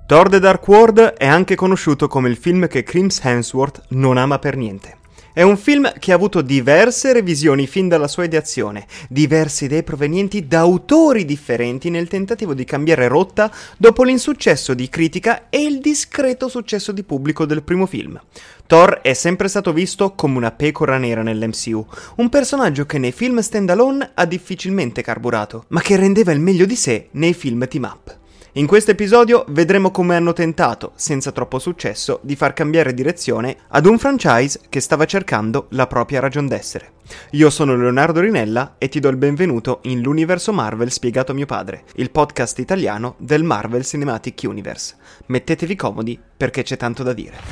Thor The Dark World è anche conosciuto come il film che Chris Hemsworth non ama per niente. È un film che ha avuto diverse revisioni fin dalla sua ideazione, diverse idee provenienti da autori differenti nel tentativo di cambiare rotta dopo l'insuccesso di critica e il discreto successo di pubblico del primo film. Thor è sempre stato visto come una pecora nera nell'MCU, un personaggio che nei film standalone ha difficilmente carburato, ma che rendeva il meglio di sé nei film team-up. In questo episodio vedremo come hanno tentato, senza troppo successo, di far cambiare direzione ad un franchise che stava cercando la propria ragion d'essere. Io sono Leonardo Rinella e ti do il benvenuto in l'Universo Marvel spiegato a mio padre, il podcast italiano del Marvel Cinematic Universe. Mettetevi comodi perché c'è tanto da dire.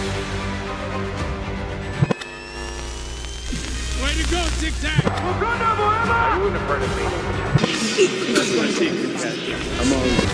Way to go, Tic Tac! Wakanda forever! Are you in a part of me?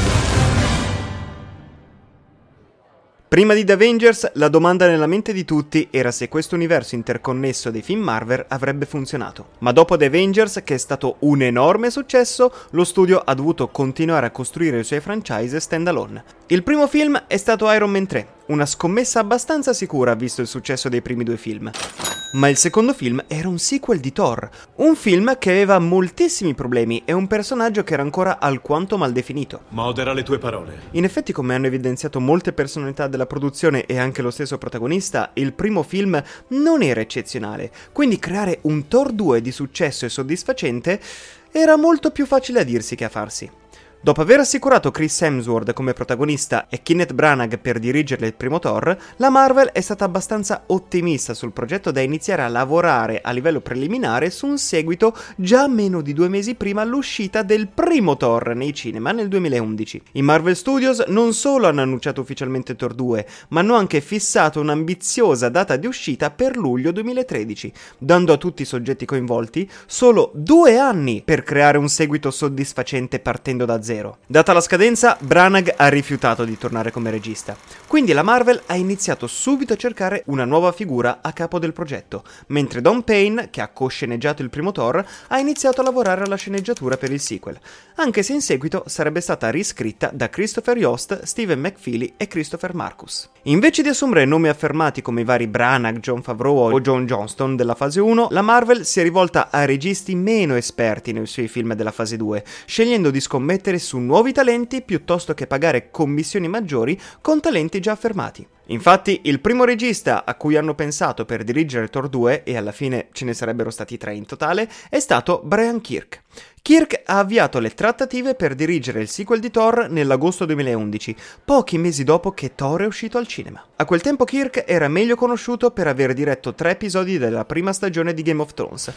Prima di The Avengers, la domanda nella mente di tutti era se questo universo interconnesso dei film Marvel avrebbe funzionato. Ma dopo The Avengers, che è stato un enorme successo, lo studio ha dovuto continuare a costruire i suoi franchise standalone. Il primo film è stato Iron Man 3, una scommessa abbastanza sicura visto il successo dei primi due film. Ma il secondo film era un sequel di Thor, un film che aveva moltissimi problemi e un personaggio che era ancora alquanto mal definito. Modera le tue parole. In effetti, come hanno evidenziato molte personalità della produzione e anche lo stesso protagonista, il primo film non era eccezionale, quindi creare un Thor 2 di successo e soddisfacente era molto più facile a dirsi che a farsi. Dopo aver assicurato Chris Hemsworth come protagonista e Kenneth Branagh per dirigerle il primo Thor, la Marvel è stata abbastanza ottimista sul progetto da iniziare a lavorare a livello preliminare su un seguito già meno di 2 mesi prima l'uscita del primo Thor nei cinema nel 2011. I Marvel Studios non solo hanno annunciato ufficialmente Thor 2, ma hanno anche fissato un'ambiziosa data di uscita per luglio 2013, dando a tutti i soggetti coinvolti solo 2 anni per creare un seguito soddisfacente partendo da zero. Data la scadenza, Branagh ha rifiutato di tornare come regista, quindi la Marvel ha iniziato subito a cercare una nuova figura a capo del progetto, mentre Don Payne, che ha co-sceneggiato il primo Thor, ha iniziato a lavorare alla sceneggiatura per il sequel, anche se in seguito sarebbe stata riscritta da Christopher Yost, Stephen McFeely e Christopher Marcus. Invece di assumere nomi affermati come i vari Branagh, Jon Favreau o John Johnston della fase 1, la Marvel si è rivolta a registi meno esperti nei suoi film della fase 2, scegliendo di scommettere su nuovi talenti piuttosto che pagare commissioni maggiori con talenti già affermati. Infatti, il primo regista a cui hanno pensato per dirigere Thor 2, e alla fine ce ne sarebbero stati 3 in totale, è stato Brian Kirk. Kirk ha avviato le trattative per dirigere il sequel di Thor nell'agosto 2011, pochi mesi dopo che Thor è uscito al cinema. A quel tempo Kirk era meglio conosciuto per aver diretto 3 episodi della prima stagione di Game of Thrones,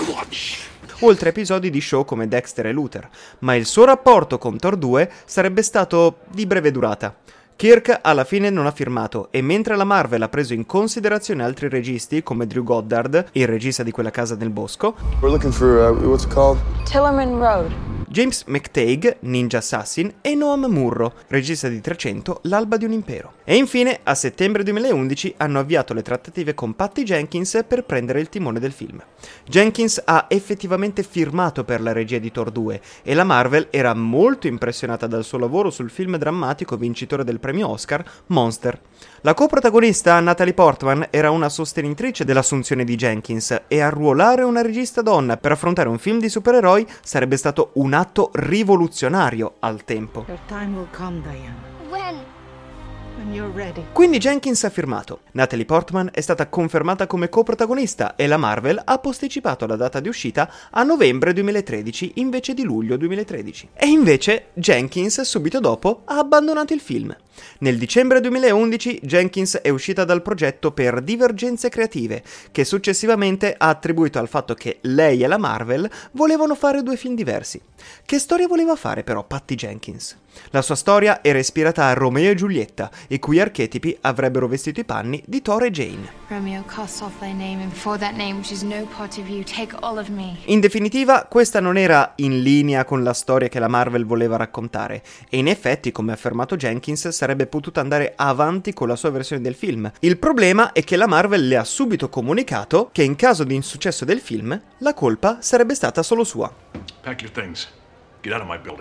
oltre a episodi di show come Dexter e Luther, ma il suo rapporto con Thor 2 sarebbe stato di breve durata. Kirk alla fine non ha firmato e mentre la Marvel ha preso in considerazione altri registi come Drew Goddard, il regista di Quella casa nel bosco, We're looking for, what's it called? Tillerman Road. James McTague, Ninja Assassin, e Noam Murro, regista di 300, L'alba di un impero. E infine, a settembre 2011, hanno avviato le trattative con Patty Jenkins per prendere il timone del film. Jenkins ha effettivamente firmato per la regia di Thor 2 e la Marvel era molto impressionata dal suo lavoro sul film drammatico vincitore del premio Oscar, Monster. La coprotagonista Natalie Portman era una sostenitrice dell'assunzione di Jenkins e arruolare una regista donna per affrontare un film di supereroi sarebbe stato un atto rivoluzionario al tempo. Your time will come, Diane. When? When you're ready. Quindi Jenkins ha firmato. Natalie Portman è stata confermata come coprotagonista e la Marvel ha posticipato la data di uscita a novembre 2013 invece di luglio 2013. E invece Jenkins subito dopo ha abbandonato il film. Nel dicembre 2011 Jenkins è uscita dal progetto per divergenze creative, che successivamente ha attribuito al fatto che lei e la Marvel volevano fare 2 film diversi. Che storia voleva fare però Patty Jenkins? La sua storia era ispirata a Romeo e Giulietta, i cui archetipi avrebbero vestito i panni di Thor e Jane. Romeo, cast off thy name, and for that name which is no part of you, take all of me. In definitiva, questa non era in linea con la storia che la Marvel voleva raccontare, e in effetti, come ha affermato Jenkins, sarebbe potuta andare avanti con la sua versione del film. Il problema è che la Marvel le ha subito comunicato che in caso di insuccesso del film, la colpa sarebbe stata solo sua. Pack your things. Get out of my building.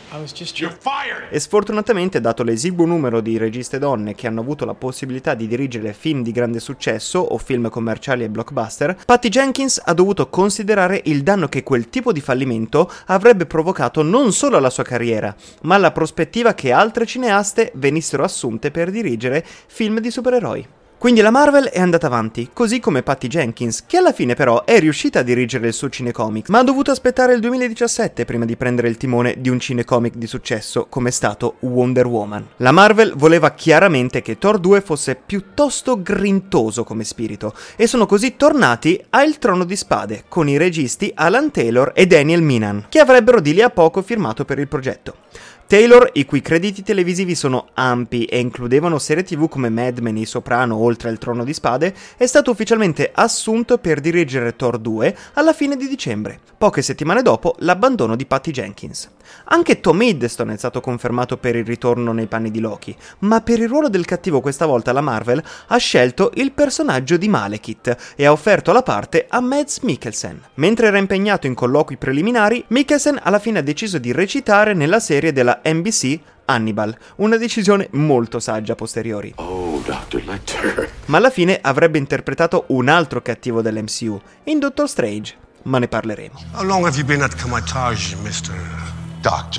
I was just You're fired! E sfortunatamente, dato l'esiguo numero di registe donne che hanno avuto la possibilità di dirigere film di grande successo o film commerciali e blockbuster, Patty Jenkins ha dovuto considerare il danno che quel tipo di fallimento avrebbe provocato non solo alla sua carriera, ma alla prospettiva che altre cineaste venissero assunte per dirigere film di supereroi. Quindi la Marvel è andata avanti, così come Patty Jenkins, che alla fine però è riuscita a dirigere il suo cinecomic, ma ha dovuto aspettare il 2017 prima di prendere il timone di un cinecomic di successo come è stato Wonder Woman. La Marvel voleva chiaramente che Thor 2 fosse piuttosto grintoso come spirito, e sono così tornati a Il Trono di Spade, con i registi Alan Taylor e Daniel Minan, che avrebbero di lì a poco firmato per il progetto. Taylor, i cui crediti televisivi sono ampi e includevano serie TV come Mad Men, I Soprano, oltre al Trono di Spade, è stato ufficialmente assunto per dirigere Thor 2 alla fine di dicembre, poche settimane dopo l'abbandono di Patty Jenkins. Anche Tom Hiddleston è stato confermato per il ritorno nei panni di Loki, ma per il ruolo del cattivo questa volta la Marvel ha scelto il personaggio di Malekith e ha offerto la parte a Mads Mikkelsen. Mentre era impegnato in colloqui preliminari, Mikkelsen alla fine ha deciso di recitare nella serie della NBC Hannibal, una decisione molto saggia a posteriori. Oh, Dr. Lecter. Ma alla fine avrebbe interpretato un altro cattivo dell'MCU, in Doctor Strange, ma ne parleremo. How long have you been at Kamatage, Mr. Doctor.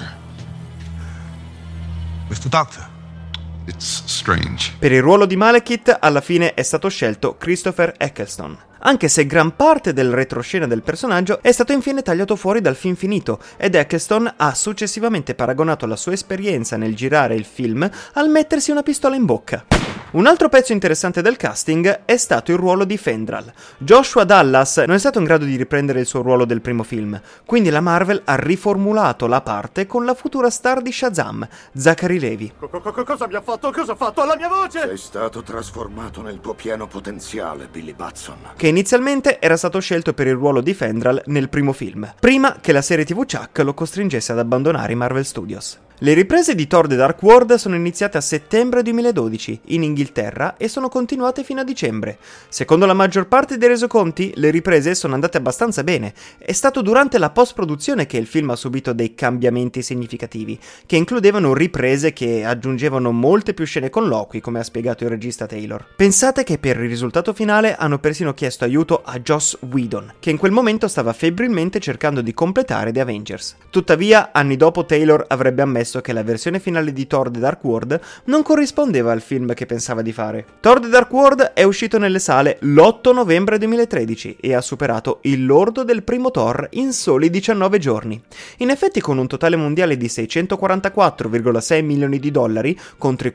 Mr. Doctor? It's strange. Per il ruolo di Malekith alla fine è stato scelto Christopher Eccleston, anche se gran parte del retroscena del personaggio è stato infine tagliato fuori dal film finito, ed Eccleston ha successivamente paragonato la sua esperienza nel girare il film al mettersi una pistola in bocca. Un altro pezzo interessante del casting è stato il ruolo di Fendral. Joshua Dallas non è stato in grado di riprendere il suo ruolo del primo film, quindi la Marvel ha riformulato la parte con la futura star di Shazam, Zachary Levi. Cosa mi ha fatto? Cosa ha fatto alla mia voce? Sei stato trasformato nel tuo pieno potenziale, Billy Batson. Che inizialmente era stato scelto per il ruolo di Fendral nel primo film, prima che la serie TV Chuck lo costringesse ad abbandonare i Marvel Studios. Le riprese di Thor The Dark World sono iniziate a settembre 2012 in Inghilterra e sono continuate fino a dicembre. Secondo la maggior parte dei resoconti, le riprese sono andate abbastanza bene. È stato durante la post-produzione che il film ha subito dei cambiamenti significativi, che includevano riprese che aggiungevano molte più scene colloqui, come ha spiegato il regista Taylor. Pensate che per il risultato finale hanno persino chiesto aiuto a Joss Whedon, che in quel momento stava febbrilmente cercando di completare The Avengers. Tuttavia, anni dopo Taylor avrebbe ammesso che la versione finale di Thor The Dark World non corrispondeva al film che pensava di fare. Thor The Dark World è uscito nelle sale l'8 novembre 2013 e ha superato il lordo del primo Thor in soli 19 giorni. In effetti, con un totale mondiale di 644,6 milioni di dollari contro i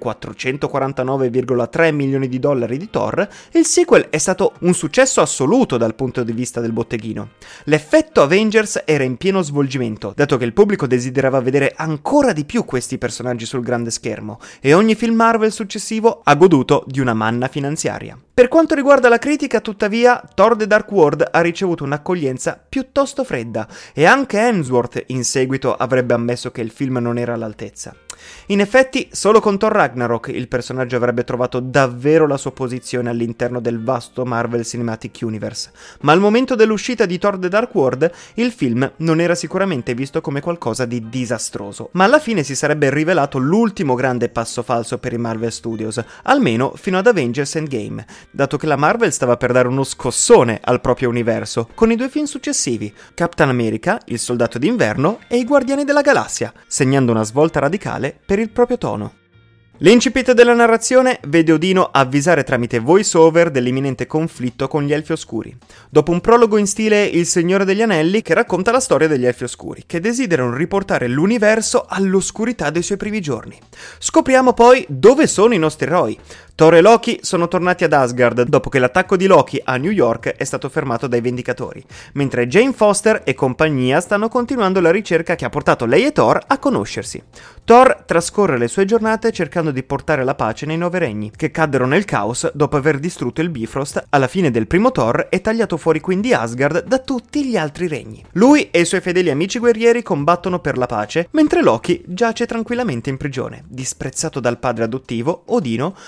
449,3 milioni di dollari di Thor, il sequel è stato un successo assoluto dal punto di vista del botteghino. L'effetto Avengers era in pieno svolgimento, dato che il pubblico desiderava vedere ancora di più questi personaggi sul grande schermo, e ogni film Marvel successivo ha goduto di una manna finanziaria. Per quanto riguarda la critica, tuttavia, Thor The Dark World ha ricevuto un'accoglienza piuttosto fredda, e anche Hemsworth in seguito avrebbe ammesso che il film non era all'altezza. In effetti, solo con Thor Ragnarok il personaggio avrebbe trovato davvero la sua posizione all'interno del vasto Marvel Cinematic Universe, ma al momento dell'uscita di Thor The Dark World il film non era sicuramente visto come qualcosa di disastroso, ma alla fine si sarebbe rivelato l'ultimo grande passo falso per i Marvel Studios, almeno fino ad Avengers Endgame, dato che la Marvel stava per dare uno scossone al proprio universo con i due film successivi, Captain America, Il Soldato d'Inverno e I Guardiani della Galassia, segnando una svolta radicale per il proprio tono. L'incipit della narrazione vede Odino avvisare tramite voice-over dell'imminente conflitto con gli Elfi Oscuri, dopo un prologo in stile Il Signore degli Anelli che racconta la storia degli Elfi Oscuri, che desiderano riportare l'universo all'oscurità dei suoi primi giorni. Scopriamo poi dove sono i nostri eroi. Thor e Loki sono tornati ad Asgard dopo che l'attacco di Loki a New York è stato fermato dai Vendicatori, mentre Jane Foster e compagnia stanno continuando la ricerca che ha portato lei e Thor a conoscersi. Thor trascorre le sue giornate cercando di portare la pace nei 9 regni, che caddero nel caos dopo aver distrutto il Bifrost alla fine del primo Thor e tagliato fuori quindi Asgard da tutti gli altri regni. Lui e i suoi fedeli amici guerrieri combattono per la pace, mentre Loki giace tranquillamente in prigione, disprezzato dal padre adottivo, Odino, ma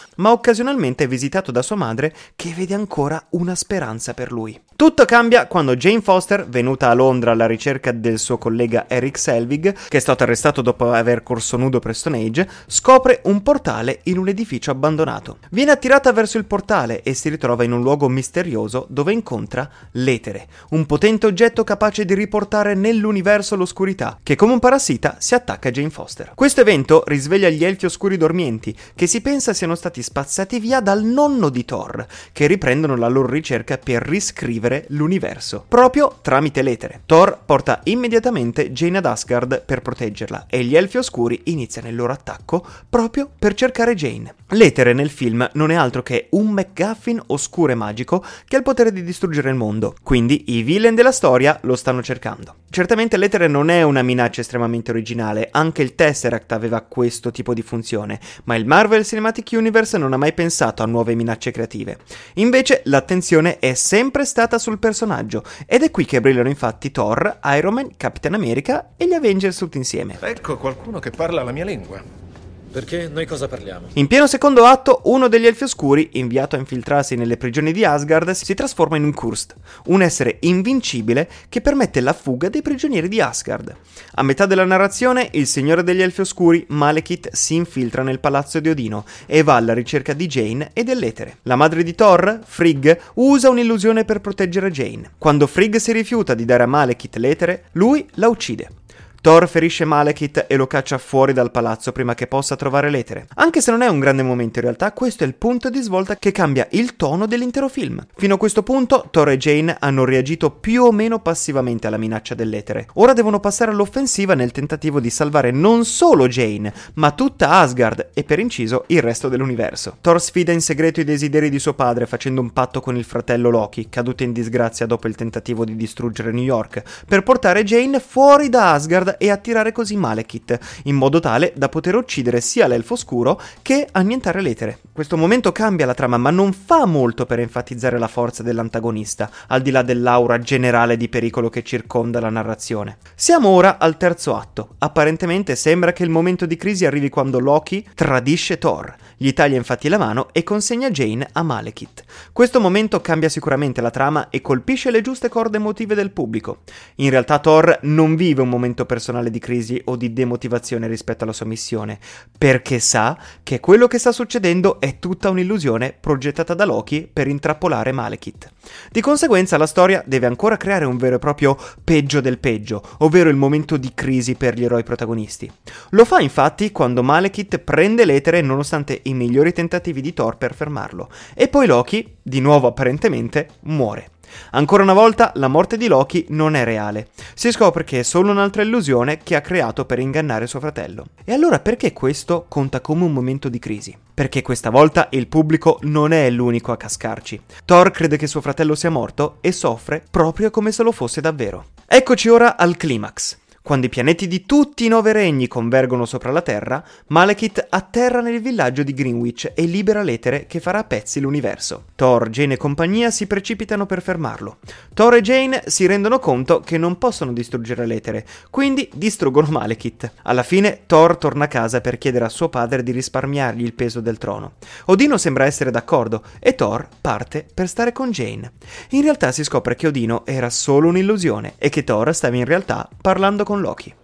occasionalmente visitato da sua madre, che vede ancora una speranza per lui. Tutto cambia quando Jane Foster, venuta a Londra alla ricerca del suo collega Eric Selvig, che è stato arrestato dopo aver corso nudo per Stone Age, scopre un portale in un edificio abbandonato. Viene attirata verso il portale e si ritrova in un luogo misterioso dove incontra l'Etere, un potente oggetto capace di riportare nell'universo l'oscurità, che come un parassita si attacca a Jane Foster. Questo evento risveglia gli elfi oscuri dormienti, che si pensa siano stati spazzati via dal nonno di Thor, che riprendono la loro ricerca per riscrivere l'universo, proprio tramite l'Etere. Thor porta immediatamente Jane ad Asgard per proteggerla e gli elfi oscuri iniziano il loro attacco proprio per cercare Jane. L'Etere nel film non è altro che un MacGuffin oscuro e magico che ha il potere di distruggere il mondo, quindi i villain della storia lo stanno cercando. Certamente l'Etere non è una minaccia estremamente originale, anche il Tesseract aveva questo tipo di funzione, ma il Marvel Cinematic Universe non ha mai pensato a nuove minacce creative. Invece l'attenzione è sempre stata sul personaggio, ed è qui che brillano infatti Thor, Iron Man, Capitan America e gli Avengers tutti insieme. Ecco qualcuno che parla la mia lingua. Perché noi cosa parliamo? In pieno secondo atto, uno degli elfi oscuri, inviato a infiltrarsi nelle prigioni di Asgard, si trasforma in un Kurst, un essere invincibile che permette la fuga dei prigionieri di Asgard. A metà della narrazione, il signore degli elfi oscuri, Malekith, si infiltra nel palazzo di Odino e va alla ricerca di Jane e dell'Etere. La madre di Thor, Frigg, usa un'illusione per proteggere Jane. Quando Frigg si rifiuta di dare a Malekith l'Etere, lui la uccide. Thor ferisce Malekith e lo caccia fuori dal palazzo prima che possa trovare l'Etere. Anche se non è un grande momento in realtà, questo è il punto di svolta che cambia il tono dell'intero film. Fino a questo punto Thor e Jane hanno reagito più o meno passivamente alla minaccia dell'Etere. Ora devono passare all'offensiva nel tentativo di salvare non solo Jane, ma tutta Asgard e per inciso il resto dell'universo. Thor sfida in segreto i desideri di suo padre facendo un patto con il fratello Loki, caduto in disgrazia dopo il tentativo di distruggere New York, per portare Jane fuori da Asgard e attirare così Malekith, in modo tale da poter uccidere sia l'elfo oscuro che annientare l'Etere. Questo momento cambia la trama, ma non fa molto per enfatizzare la forza dell'antagonista, al di là dell'aura generale di pericolo che circonda la narrazione. Siamo ora al terzo atto. Apparentemente sembra che il momento di crisi arrivi quando Loki tradisce Thor, gli taglia infatti la mano e consegna Jane a Malekith. Questo momento cambia sicuramente la trama e colpisce le giuste corde emotive del pubblico. In realtà Thor non vive un momento personale di crisi o di demotivazione rispetto alla sua missione, perché sa che quello che sta succedendo è tutta un'illusione progettata da Loki per intrappolare Malekith. Di conseguenza la storia deve ancora creare un vero e proprio peggio del peggio, ovvero il momento di crisi per gli eroi protagonisti. Lo fa infatti quando Malekith prende l'Etere nonostante i migliori tentativi di Thor per fermarlo, e poi Loki, di nuovo apparentemente, muore. Ancora una volta la morte di Loki non è reale. Si scopre che è solo un'altra illusione che ha creato per ingannare suo fratello. E allora perché questo conta come un momento di crisi? Perché questa volta il pubblico non è l'unico a cascarci. Thor crede che suo fratello sia morto e soffre proprio come se lo fosse davvero. Eccoci ora al climax. Quando i pianeti di tutti i 9 regni convergono sopra la Terra, Malekith atterra nel villaggio di Greenwich e libera l'Etere che farà a pezzi l'universo. Thor, Jane e compagnia si precipitano per fermarlo. Thor e Jane si rendono conto che non possono distruggere l'Etere, quindi distruggono Malekith. Alla fine Thor torna a casa per chiedere a suo padre di risparmiargli il peso del trono. Odino sembra essere d'accordo e Thor parte per stare con Jane. In realtà si scopre che Odino era solo un'illusione e che Thor stava in realtà parlando con Loki.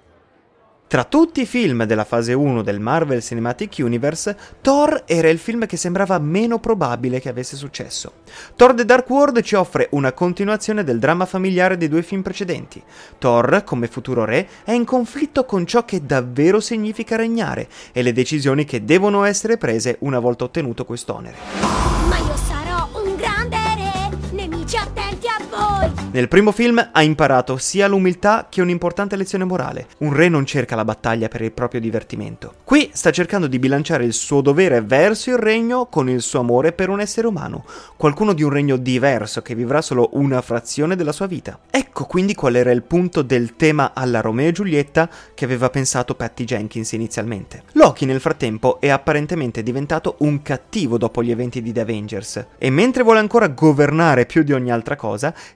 Tra tutti i film della fase 1 del Marvel Cinematic Universe, Thor era il film che sembrava meno probabile che avesse successo. Thor The Dark World ci offre una continuazione del dramma familiare dei 2 film precedenti. Thor, come futuro re, è in conflitto con ciò che davvero significa regnare e le decisioni che devono essere prese una volta ottenuto quest'onere. Ma io sarò un grande re, nemici attenti a voi! Nel primo film ha imparato sia l'umiltà che un'importante lezione morale. Un re non cerca la battaglia per il proprio divertimento. Qui sta cercando di bilanciare il suo dovere verso il regno con il suo amore per un essere umano, qualcuno di un regno diverso che vivrà solo una frazione della sua vita. Ecco quindi qual era il punto del tema alla Romeo e Giulietta che aveva pensato Patty Jenkins inizialmente. Loki nel frattempo è apparentemente diventato un cattivo dopo gli eventi di The Avengers e mentre vuole ancora governare più di ogni altra cosa, sta iniziando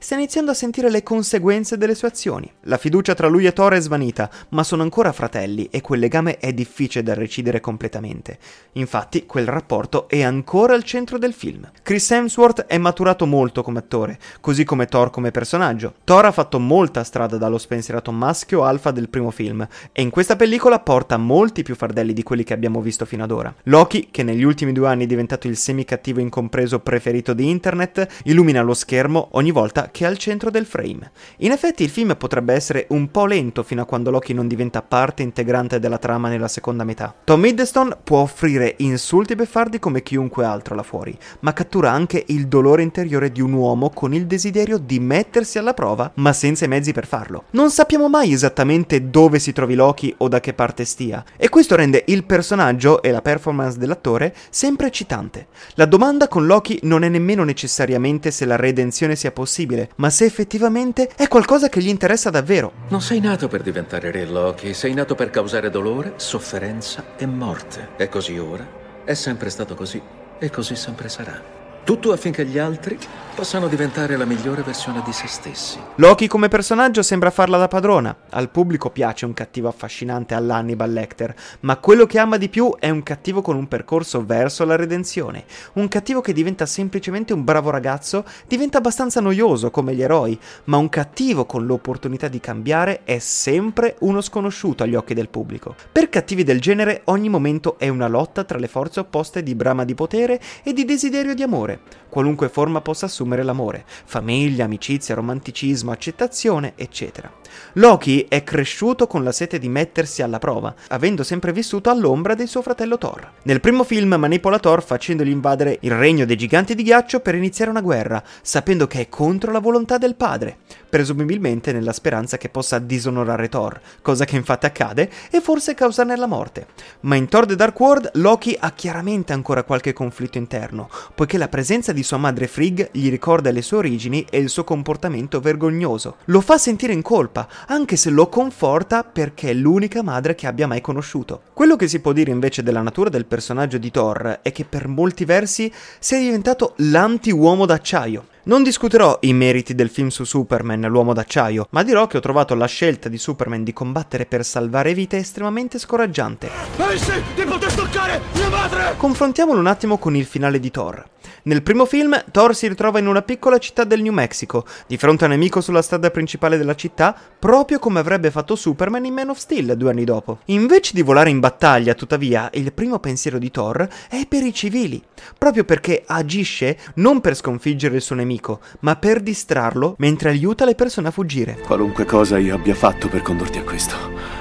iniziando a sentire le conseguenze delle sue azioni. La fiducia tra lui e Thor è svanita, ma sono ancora fratelli e quel legame è difficile da recidere completamente. Infatti, quel rapporto è ancora al centro del film. Chris Hemsworth è maturato molto come attore, così come Thor come personaggio. Thor ha fatto molta strada dallo spensierato maschio alfa del primo film, e in questa pellicola porta molti più fardelli di quelli che abbiamo visto fino ad ora. Loki, che negli ultimi 2 anni è diventato il semicattivo incompreso preferito di internet, illumina lo schermo ogni volta che è al centro del frame. In effetti il film potrebbe essere un po' lento fino a quando Loki non diventa parte integrante della trama nella seconda metà. Tom Hiddleston può offrire insulti beffardi come chiunque altro là fuori, ma cattura anche il dolore interiore di un uomo con il desiderio di mettersi alla prova, ma senza i mezzi per farlo. Non sappiamo mai esattamente dove si trovi Loki o da che parte stia, e questo rende il personaggio e la performance dell'attore sempre eccitante. La domanda con Loki non è nemmeno necessariamente se la redenzione sia possibile, ma se effettivamente è qualcosa che gli interessa davvero. Non sei nato per diventare re, Loki, sei nato per causare dolore, sofferenza e morte. È così ora, è sempre stato così e così sempre sarà. Tutto affinché gli altri possano diventare la migliore versione di se stessi. Loki come personaggio sembra farla da padrona. Al pubblico piace un cattivo affascinante all'Hannibal Lecter, ma quello che ama di più è un cattivo con un percorso verso la redenzione. Un cattivo che diventa semplicemente un bravo ragazzo diventa abbastanza noioso come gli eroi, ma un cattivo con l'opportunità di cambiare è sempre uno sconosciuto agli occhi del pubblico. Per cattivi del genere ogni momento è una lotta tra le forze opposte di brama di potere e di desiderio di amore, qualunque forma possa assumere l'amore: famiglia, amicizia, romanticismo, accettazione, eccetera. Loki è cresciuto con la sete di mettersi alla prova, avendo sempre vissuto all'ombra del suo fratello Thor. Nel primo film manipola Thor facendogli invadere il regno dei giganti di ghiaccio per iniziare una guerra, sapendo che è contro la volontà del padre, presumibilmente nella speranza che possa disonorare Thor, cosa che infatti accade e forse causarne la morte. Ma in Thor The Dark World Loki ha chiaramente ancora qualche conflitto interno, poiché la presenza di sua madre Frigg gli ricorda le sue origini e il suo comportamento vergognoso. Lo fa sentire in colpa, anche se lo conforta perché è l'unica madre che abbia mai conosciuto. Quello che si può dire invece della natura del personaggio di Thor è che per molti versi sia diventato l'anti-uomo d'acciaio. Non discuterò i meriti del film su Superman, l'uomo d'acciaio, ma dirò che ho trovato la scelta di Superman di combattere per salvare vite estremamente scoraggiante. Ehi sì, ti potrei toccare mia madre! Confrontiamolo un attimo con il finale di Thor. Nel primo film, Thor si ritrova in una piccola città del New Mexico, di fronte a un nemico sulla strada principale della città, proprio come avrebbe fatto Superman in Man of Steel 2 anni dopo. Invece di volare in battaglia, tuttavia, il primo pensiero di Thor è per i civili, proprio perché agisce non per sconfiggere il suo nemico, ma per distrarlo mentre aiuta le persone a fuggire. Qualunque cosa io abbia fatto per condurti a questo,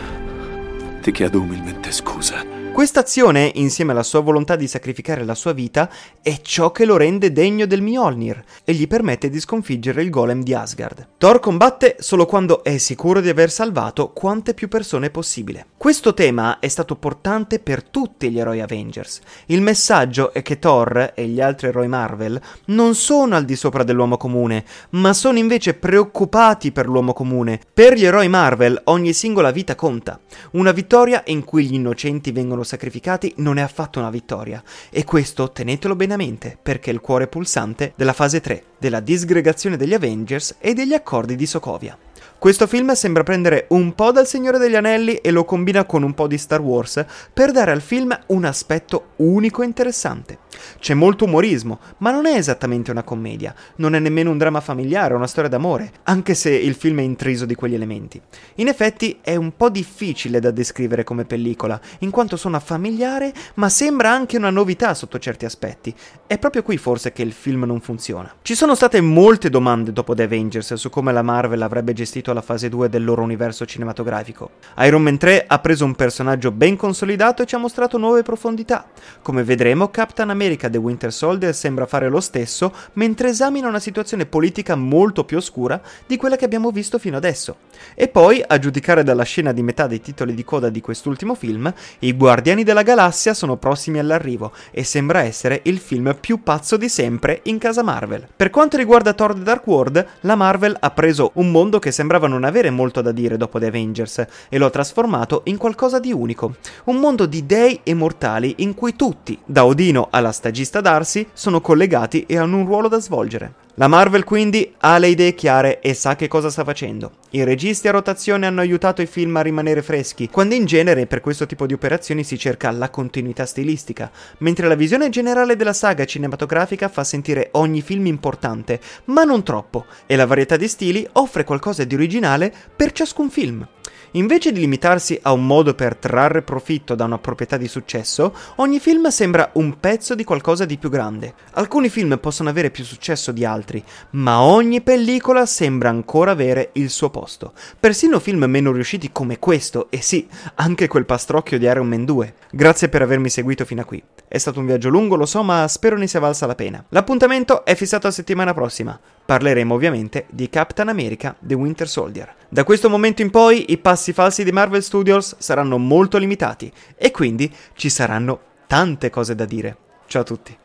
ti chiedo umilmente scusa. Questa azione, insieme alla sua volontà di sacrificare la sua vita, è ciò che lo rende degno del Mjolnir e gli permette di sconfiggere il golem di Asgard. Thor combatte solo quando è sicuro di aver salvato quante più persone possibile. Questo tema è stato portante per tutti gli eroi Avengers. Il messaggio è che Thor e gli altri eroi Marvel non sono al di sopra dell'uomo comune, ma sono invece preoccupati per l'uomo comune. Per gli eroi Marvel ogni singola vita conta. Una vittoria in cui gli innocenti vengono sacrificati non è affatto una vittoria, e questo tenetelo bene a mente, perché è il cuore pulsante della fase 3, della disgregazione degli Avengers e degli accordi di Sokovia. Questo film sembra prendere un po' dal Signore degli Anelli e lo combina con un po' di Star Wars per dare al film un aspetto unico e interessante. C'è molto umorismo, ma non è esattamente una commedia, non è nemmeno un dramma familiare o una storia d'amore, anche se il film è intriso di quegli elementi. In effetti è un po' difficile da descrivere come pellicola, in quanto suona familiare, ma sembra anche una novità sotto certi aspetti. È proprio qui forse che il film non funziona. Ci sono state molte domande dopo The Avengers su come la Marvel avrebbe gestito la fase 2 del loro universo cinematografico. Iron Man 3 ha preso un personaggio ben consolidato e ci ha mostrato nuove profondità. Come vedremo, Captain America The Winter Soldier sembra fare lo stesso mentre esamina una situazione politica molto più oscura di quella che abbiamo visto fino adesso. E poi, a giudicare dalla scena di metà dei titoli di coda di quest'ultimo film, i Guardiani della Galassia sono prossimi all'arrivo e sembra essere il film più pazzo di sempre in casa Marvel. Per quanto riguarda Thor The Dark World, la Marvel ha preso un mondo che sembrava non avere molto da dire dopo The Avengers e lo ha trasformato in qualcosa di unico. Un mondo di dei e mortali in cui tutti, da Odino alla stagista Darcy, sono collegati e hanno un ruolo da svolgere. La Marvel quindi ha le idee chiare e sa che cosa sta facendo. I registi a rotazione hanno aiutato i film a rimanere freschi, quando in genere per questo tipo di operazioni si cerca la continuità stilistica, mentre la visione generale della saga cinematografica fa sentire ogni film importante, ma non troppo, e la varietà di stili offre qualcosa di originale per ciascun film. Invece di limitarsi a un modo per trarre profitto da una proprietà di successo, ogni film sembra un pezzo di qualcosa di più grande. Alcuni film possono avere più successo di altri, ma ogni pellicola sembra ancora avere il suo posto. Persino film meno riusciti come questo, e sì, anche quel pastrocchio di Iron Man 2. Grazie per avermi seguito fino a qui. È stato un viaggio lungo, lo so, ma spero ne sia valsa la pena. L'appuntamento è fissato a settimana prossima. Parleremo ovviamente di Captain America The Winter Soldier. Da questo momento in poi i passi falsi di Marvel Studios saranno molto limitati e quindi ci saranno tante cose da dire. Ciao a tutti.